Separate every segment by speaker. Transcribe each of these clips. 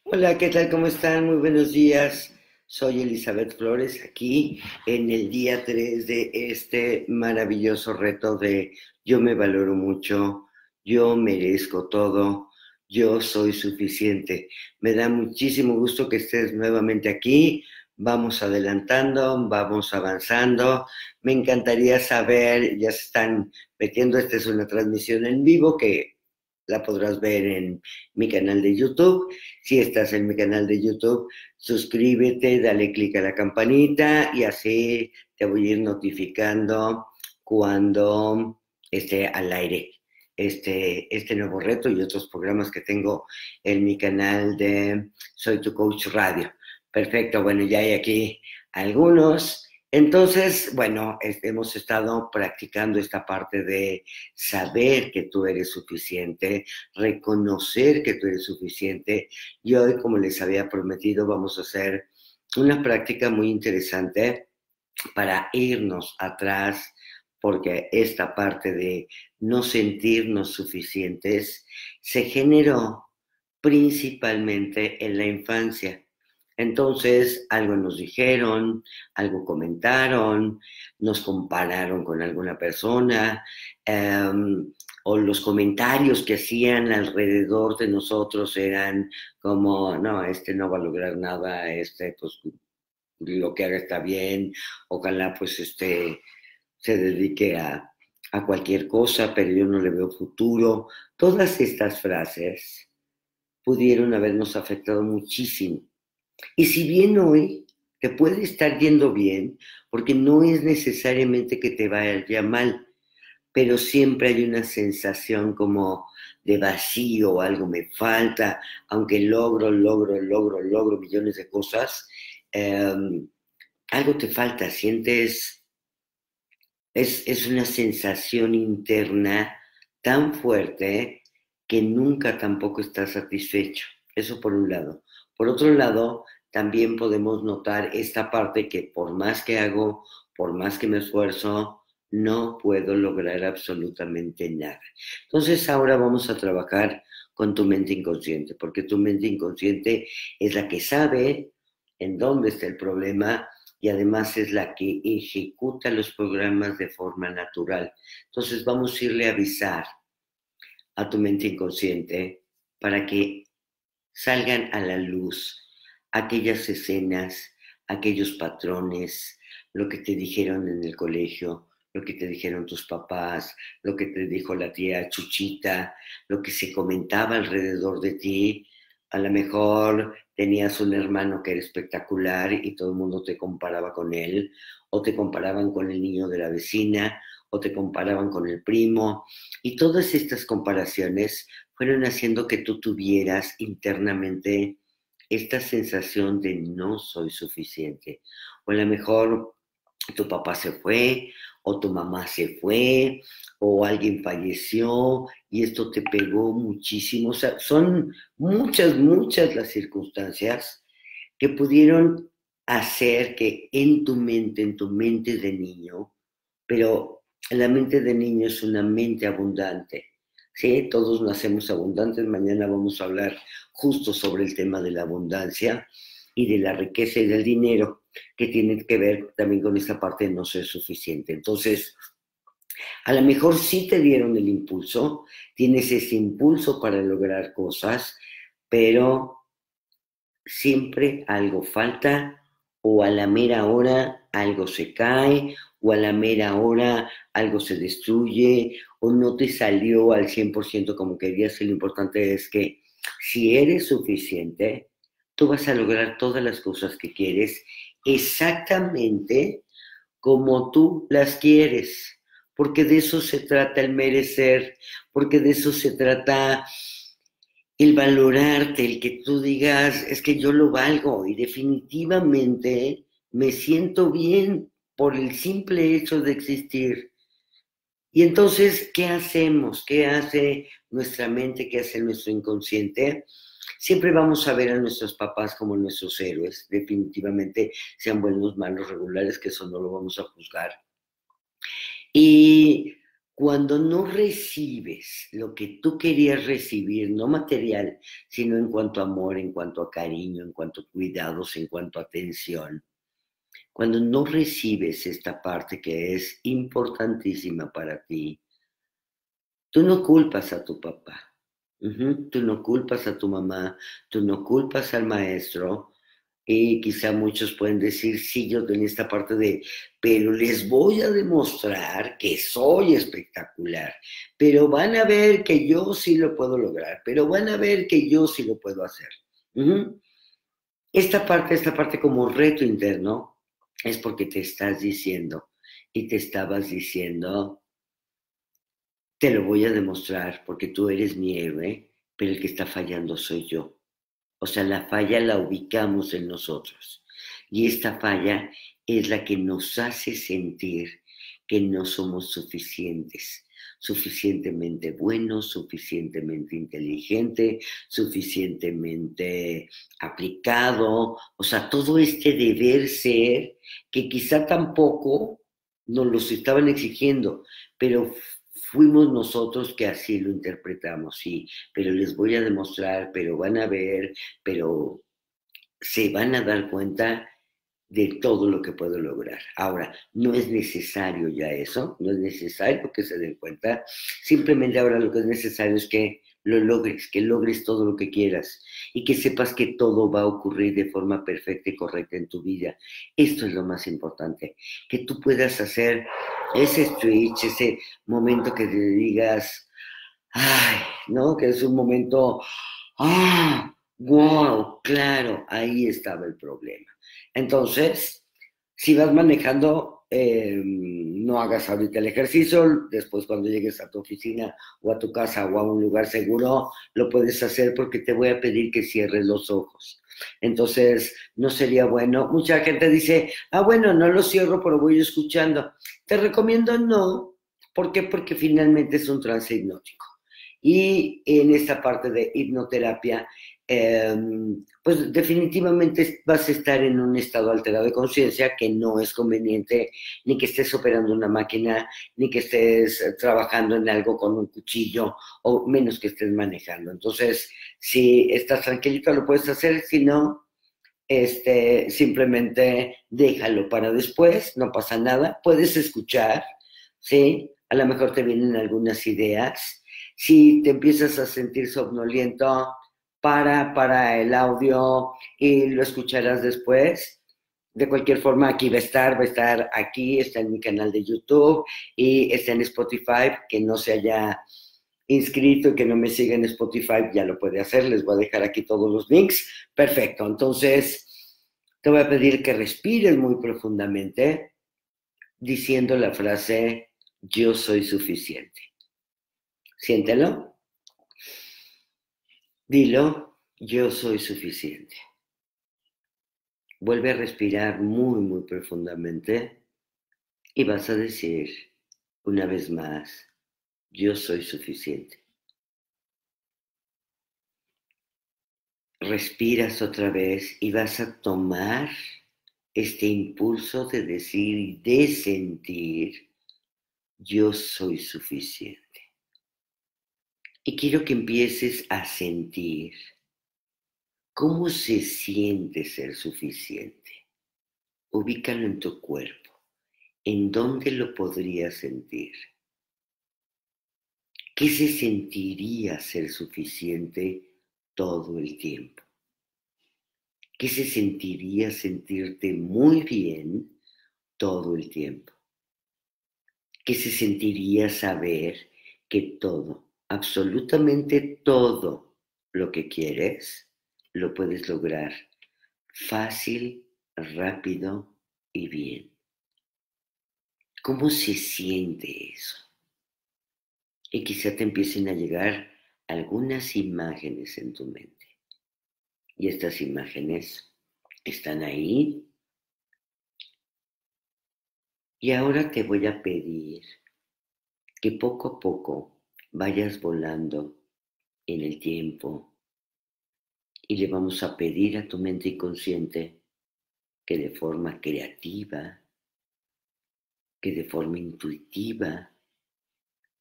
Speaker 1: Hola, ¿qué tal? ¿Cómo están? Muy buenos días. Soy Elizabeth Flores, aquí en el día 3 de este maravilloso reto de yo me valoro mucho, yo merezco todo, yo soy suficiente. Me da muchísimo gusto que estés nuevamente aquí. Vamos adelantando, vamos avanzando. Me encantaría saber, ya se están metiendo, esta es una transmisión en vivo que la podrás ver en mi canal de YouTube. Si estás en mi canal de YouTube, suscríbete, dale click a la campanita y así te voy a ir notificando cuando esté al aire este nuevo reto y otros programas que tengo en mi canal de Soy tu Coach Radio. Perfecto, bueno, ya hay aquí algunos. Entonces, bueno, hemos estado practicando esta parte de saber que tú eres suficiente, reconocer que tú eres suficiente. Y hoy, como les había prometido, vamos a hacer una práctica muy interesante para irnos atrás, porque esta parte de no sentirnos suficientes se generó principalmente en la infancia. Entonces, algo nos dijeron, algo comentaron, nos compararon con alguna persona, eh, o los comentarios que hacían alrededor de nosotros eran como, no, este no va a lograr nada, este pues lo que haga está bien, ojalá pues se dedique a cualquier cosa, pero yo no le veo futuro. Todas estas frases pudieron habernos afectado muchísimo. Y si bien hoy te puede estar yendo bien, porque no es necesariamente que te vaya mal, pero siempre hay una sensación como de vacío, algo me falta, aunque logro millones de cosas, eh, algo te falta, sientes, es una sensación interna tan fuerte que nunca tampoco estás satisfecho. Eso por un lado. Por otro lado, también podemos notar esta parte que por más que hago, por más que me esfuerzo, no puedo lograr absolutamente nada. Entonces ahora vamos a trabajar con tu mente inconsciente, porque tu mente inconsciente es la que sabe en dónde está el problema y además es la que ejecuta los programas de forma natural. Entonces vamos a irle a avisar a tu mente inconsciente para que salgan a la luz aquellas escenas, aquellos patrones, lo que te dijeron en el colegio, lo que te dijeron tus papás, lo que te dijo la tía Chuchita, lo que se comentaba alrededor de ti. A lo mejor tenías un hermano que era espectacular y todo el mundo te comparaba con él, o te comparaban con el niño de la vecina, o te comparaban con el primo, y todas estas comparaciones fueron haciendo que tú tuvieras internamente esta sensación de no soy suficiente. O a lo mejor tu papá se fue, o tu mamá se fue, o alguien falleció y esto te pegó muchísimo. O sea, son muchas las circunstancias que pudieron hacer que en tu mente de niño, pero la mente de niño es una mente abundante. Sí, todos nacemos abundantes. Mañana vamos a hablar justo sobre el tema de la abundancia y de la riqueza y del dinero, que tiene que ver también con esa parte de no ser suficiente. Entonces, a lo mejor sí te dieron el impulso, tienes ese impulso para lograr cosas, pero siempre algo falta o a la mera hora algo se cae o a la mera hora algo se destruye o no te salió al 100% como querías y lo importante es que si eres suficiente, tú vas a lograr todas las cosas que quieres exactamente como tú las quieres, porque de eso se trata el merecer, porque de eso se trata el valorarte, el que tú digas, es que yo lo valgo y definitivamente me siento bien por el simple hecho de existir. Y entonces, ¿qué hacemos? ¿Qué hace nuestra mente? ¿Qué hace nuestro inconsciente? Siempre vamos a ver a nuestros papás como nuestros héroes, definitivamente, sean buenos, malos, regulares, que eso no lo vamos a juzgar. Y Cuando no recibes lo que tú querías recibir, no material, sino en cuanto a amor, en cuanto a cariño, en cuanto a cuidados, en cuanto a atención, cuando no recibes esta parte que es importantísima para ti, tú no culpas a tu papá, tú no culpas a tu mamá, tú no culpas al maestro, y quizá muchos pueden decir, sí, yo tenía esta parte de, pero les voy a demostrar que soy espectacular, pero van a ver que yo sí lo puedo lograr, pero van a ver que yo sí lo puedo hacer. Ujú. Esta parte como reto interno, es porque te estás diciendo y te estabas diciendo, te lo voy a demostrar porque tú eres mi héroe, pero el que está fallando soy yo. O sea, la falla la ubicamos en nosotros. Y esta falla es la que nos hace sentir que no somos suficientes, suficientemente buenos, suficientemente inteligente, suficientemente aplicado. O sea, todo este deber ser que quizá tampoco nos los estaban exigiendo, pero fuimos nosotros que así lo interpretamos, sí, pero les voy a demostrar, pero van a ver, pero se van a dar cuenta de todo lo que puedo lograr. Ahora, no es necesario ya eso, no es necesario que se den cuenta, simplemente ahora lo que es necesario es que lo logres, que logres todo lo que quieras y que sepas que todo va a ocurrir de forma perfecta y correcta en tu vida. Esto es lo más importante, que tú puedas hacer ese switch, ese momento que te digas, ay, ¿no? Que es un momento, wow, claro, ahí estaba el problema. Entonces, si vas manejando, no hagas ahorita el ejercicio, después cuando llegues a tu oficina o a tu casa o a un lugar seguro, lo puedes hacer porque te voy a pedir que cierres los ojos. Entonces, no sería bueno. Mucha gente dice, bueno, no lo cierro, pero voy escuchando. Te recomiendo no. ¿Por qué? Porque finalmente es un trance hipnótico. Y en esta parte de hipnoterapia, pues definitivamente vas a estar en un estado alterado de conciencia que no es conveniente ni que estés operando una máquina, ni que estés trabajando en algo con un cuchillo, o menos que estés manejando. Entonces, si estás tranquilito lo puedes hacer, si no, simplemente déjalo para después, no pasa nada, puedes escuchar, ¿sí? A lo mejor te vienen algunas ideas. Si te empiezas a sentir somnoliento, para el audio y lo escucharás después. De cualquier forma, aquí va a estar aquí, está en mi canal de YouTube y está en Spotify, que no se haya inscrito y que no me siga en Spotify, ya lo puede hacer, les voy a dejar aquí todos los links. Perfecto, entonces te voy a pedir que respires muy profundamente diciendo la frase, yo soy suficiente. Siéntelo, dilo, yo soy suficiente. Vuelve a respirar muy, muy profundamente y vas a decir una vez más, yo soy suficiente. Respiras otra vez y vas a tomar este impulso de decir y de sentir, yo soy suficiente. Y quiero que empieces a sentir cómo se siente ser suficiente. Ubícalo en tu cuerpo. ¿En dónde lo podrías sentir? ¿Qué se sentiría ser suficiente todo el tiempo? ¿Qué se sentiría sentirte muy bien todo el tiempo? ¿Qué se sentiría saber que todo, absolutamente todo lo que quieres, lo puedes lograr fácil, rápido y bien? ¿Cómo se siente eso? Y quizá te empiecen a llegar algunas imágenes en tu mente. Y estas imágenes están ahí. Y ahora te voy a pedir que poco a poco vayas volando en el tiempo y le vamos a pedir a tu mente inconsciente que de forma creativa, que de forma intuitiva,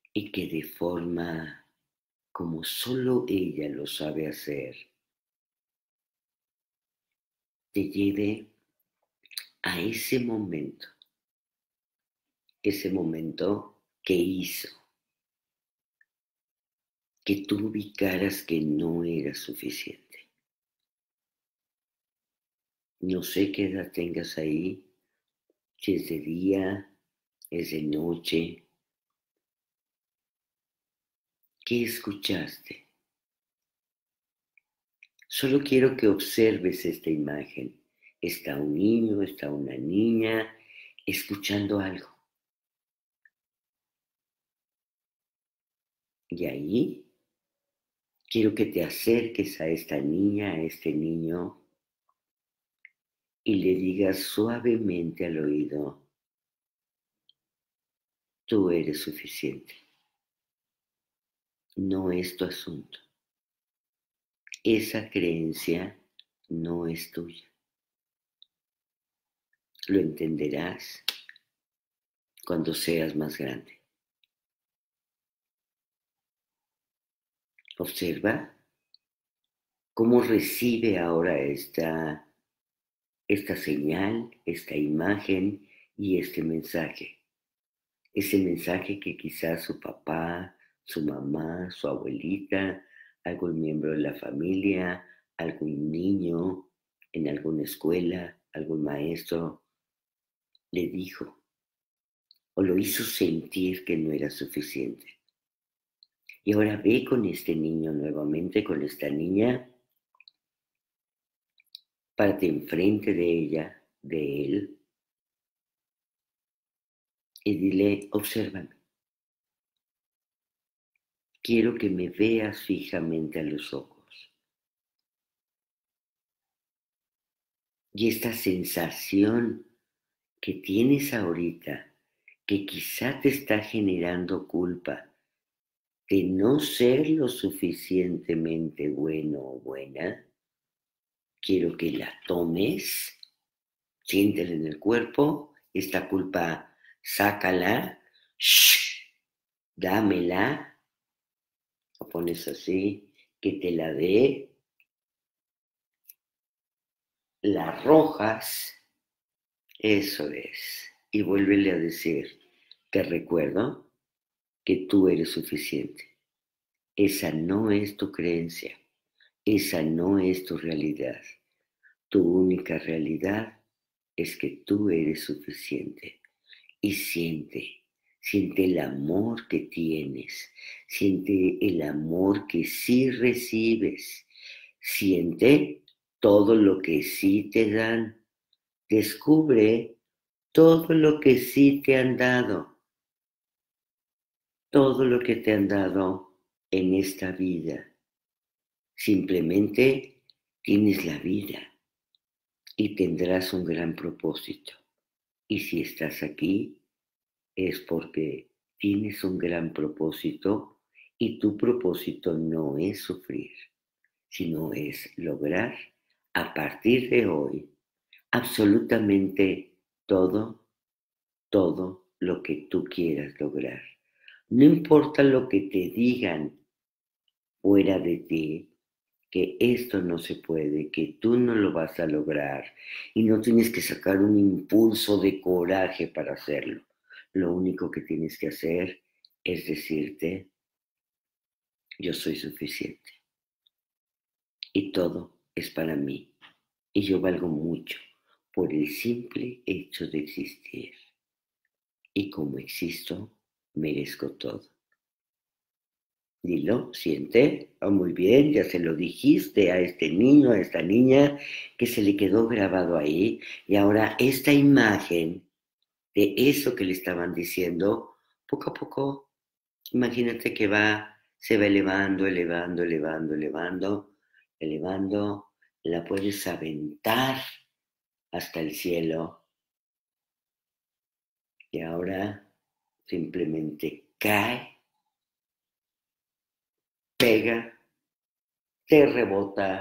Speaker 1: y que de forma como solo ella lo sabe hacer, te lleve a ese momento que hizo que tú ubicaras que no era suficiente. No sé qué edad tengas ahí, si es de día, es de noche. ¿Qué escuchaste? Solo quiero que observes esta imagen. Está un niño, está una niña, escuchando algo. Y ahí quiero que te acerques a esta niña, a este niño, y le digas suavemente al oído, tú eres suficiente. No es tu asunto. Esa creencia no es tuya. Lo entenderás cuando seas más grande. Observa cómo recibe ahora esta señal, esta imagen y este mensaje. Ese mensaje que quizás su papá, su mamá, su abuelita, algún miembro de la familia, algún niño en alguna escuela, algún maestro le dijo o lo hizo sentir que no era suficiente. Y ahora ve con este niño nuevamente, con esta niña, párate enfrente de ella, de él, y dile, obsérvame, quiero que me veas fijamente a los ojos. Y esta sensación que tienes ahorita, que quizá te está generando culpa de no ser lo suficientemente bueno o buena, quiero que la tomes, siéntela en el cuerpo, esta culpa, sácala, shh, dámela, lo pones así, que te la dé, la arrojas, eso es, y vuélvele a decir, te recuerdo que tú eres suficiente. Esa no es tu creencia, esa no es tu realidad. Tu única realidad es que tú eres suficiente. Y siente el amor que tienes, siente el amor que sí recibes, siente todo lo que sí te dan, descubre todo lo que sí te han dado, todo lo que te han dado en esta vida. Simplemente tienes la vida y tendrás un gran propósito. Y si estás aquí es porque tienes un gran propósito y tu propósito no es sufrir, sino es lograr a partir de hoy absolutamente todo, todo lo que tú quieras lograr. No importa lo que te digan fuera de ti, que esto no se puede, que tú no lo vas a lograr y no tienes que sacar un impulso de coraje para hacerlo. Lo único que tienes que hacer es decirte, yo soy suficiente y todo es para mí y yo valgo mucho por el simple hecho de existir y como existo, merezco todo. Dilo, siente, muy bien, ya se lo dijiste a este niño, a esta niña, que se le quedó grabado ahí, y ahora esta imagen de eso que le estaban diciendo, poco a poco, imagínate que se va elevando, elevando, elevando, elevando, elevando, la puedes aventar hasta el cielo, y ahora simplemente cae, pega, te rebota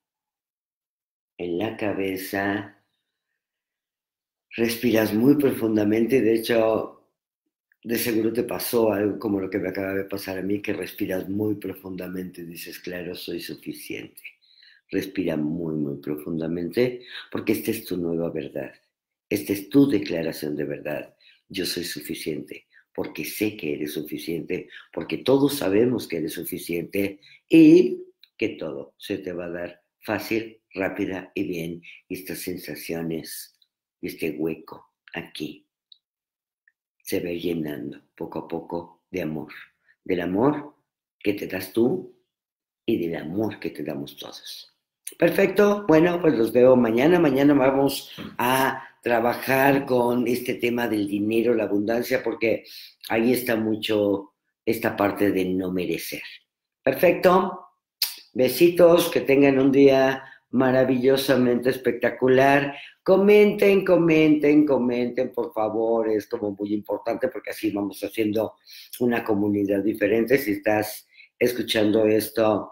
Speaker 1: en la cabeza, respiras muy profundamente, de hecho, de seguro te pasó algo como lo que me acaba de pasar a mí, que respiras muy profundamente y dices, claro, soy suficiente. Respira muy, muy profundamente porque esta es tu nueva verdad. Esta es tu declaración de verdad. Yo soy suficiente porque sé que eres suficiente, porque todos sabemos que eres suficiente y que todo se te va a dar fácil, rápida y bien. Y estas sensaciones, este hueco aquí, se va llenando poco a poco de amor. Del amor que te das tú y del amor que te damos todos. Perfecto, bueno, pues los veo mañana. Mañana vamos a trabajar con este tema del dinero, la abundancia, porque ahí está mucho esta parte de no merecer. Perfecto, besitos, que tengan un día maravillosamente espectacular. Comenten, comenten, comenten, por favor, es como muy importante porque así vamos haciendo una comunidad diferente. Si estás escuchando esto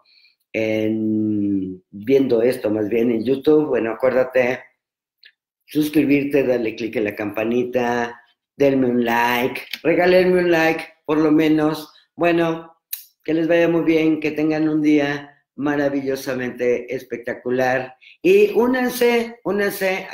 Speaker 1: viendo esto más bien en YouTube, bueno, acuérdate, suscribirte, darle clic en la campanita, denme un like, regálenme un like, por lo menos. Bueno, que les vaya muy bien, que tengan un día maravillosamente espectacular y únanse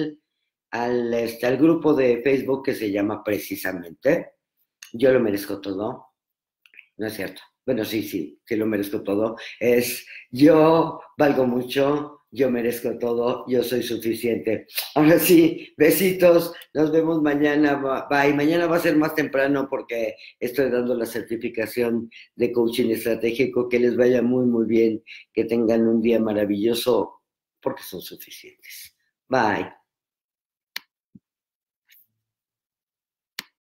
Speaker 1: al grupo de Facebook que se llama precisamente Yo lo merezco todo. No es cierto. Bueno, sí lo merezco todo. Es yo valgo mucho, yo merezco todo, yo soy suficiente. Ahora sí, besitos, nos vemos mañana. Bye. Mañana va a ser más temprano porque estoy dando la certificación de coaching estratégico. Que les vaya muy, muy bien, que tengan un día maravilloso porque son suficientes. Bye.